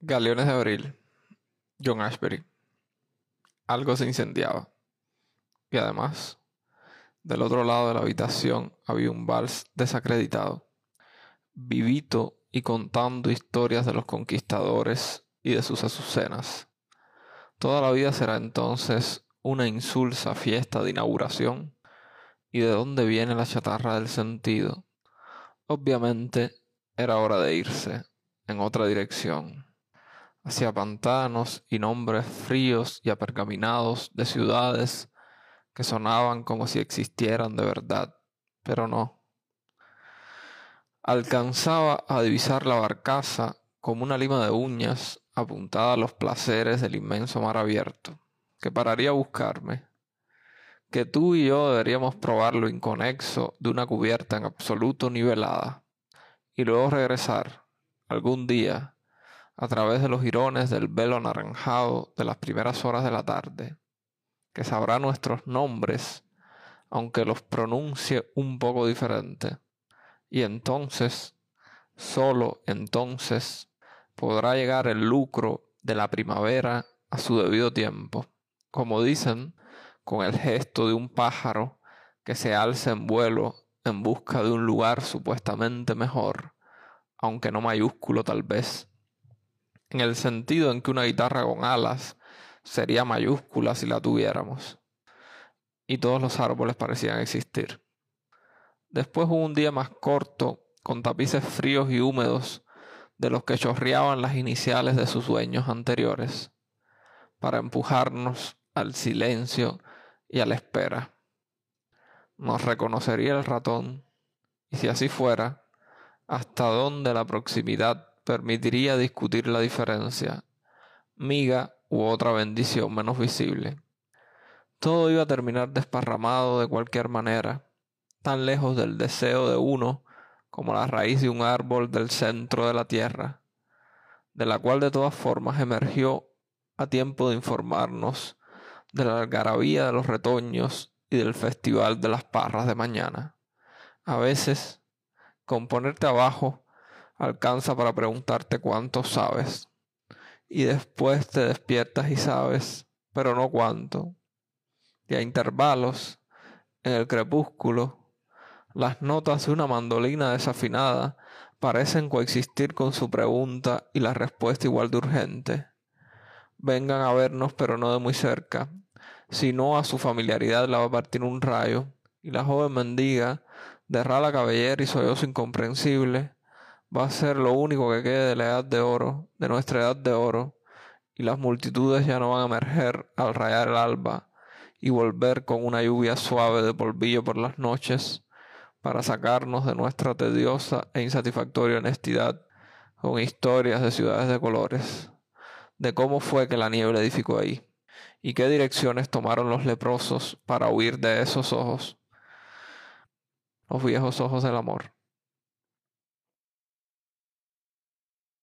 Galeones de abril, John Ashbery. Algo se incendiaba. Y además, del otro lado de la habitación había un vals desacreditado, vivito y contando historias de los conquistadores y de sus azucenas. Toda la vida será entonces una insulsa fiesta de inauguración. ¿Y de dónde viene la chatarra del sentido? Obviamente era hora de irse en otra dirección, hacia pantanos y nombres fríos y apergaminados de ciudades que sonaban como si existieran de verdad, pero no. Alcanzaba a divisar la barcaza como una lima de uñas apuntada a los placeres del inmenso mar abierto, que pararía a buscarme, que tú y yo deberíamos probar lo inconexo de una cubierta en absoluto nivelada, y luego regresar, algún día, a través de los jirones del velo anaranjado de las primeras horas de la tarde, que sabrá nuestros nombres, aunque los pronuncie un poco diferente, y entonces, solo entonces, podrá llegar el lucro de la primavera a su debido tiempo, como dicen, con el gesto de un pájaro que se alza en vuelo en busca de un lugar supuestamente mejor, aunque no mayúsculo tal vez, en el sentido en que una guitarra con alas sería mayúscula si la tuviéramos, y todos los árboles parecían existir. Después hubo un día más corto, con tapices fríos y húmedos de los que chorreaban las iniciales de sus dueños anteriores, para empujarnos al silencio y a la espera. Nos reconocería el ratón, y si así fuera, hasta dónde la proximidad permitiría discutir la diferencia, miga u otra bendición menos visible. Todo iba a terminar desparramado de cualquier manera, tan lejos del deseo de uno como la raíz de un árbol del centro de la tierra, de la cual de todas formas emergió a tiempo de informarnos de la algarabía de los retoños y del festival de las parras de mañana. A veces, con ponerte abajo, alcanza para preguntarte cuánto sabes, y después te despiertas y sabes, pero no cuánto. Y a intervalos, en el crepúsculo, las notas de una mandolina desafinada parecen coexistir con su pregunta y la respuesta igual de urgente. Vengan a vernos, pero no de muy cerca, si no a su familiaridad la va a partir un rayo, y la joven mendiga, de rala cabellera y sollozo incomprensible, va a ser lo único que quede de la edad de oro, de nuestra edad de oro, y las multitudes ya no van a emerger al rayar el alba y volver con una lluvia suave de polvillo por las noches para sacarnos de nuestra tediosa e insatisfactoria honestidad con historias de ciudades de colores, de cómo fue que la niebla edificó ahí, y qué direcciones tomaron los leprosos para huir de esos ojos, los viejos ojos del amor.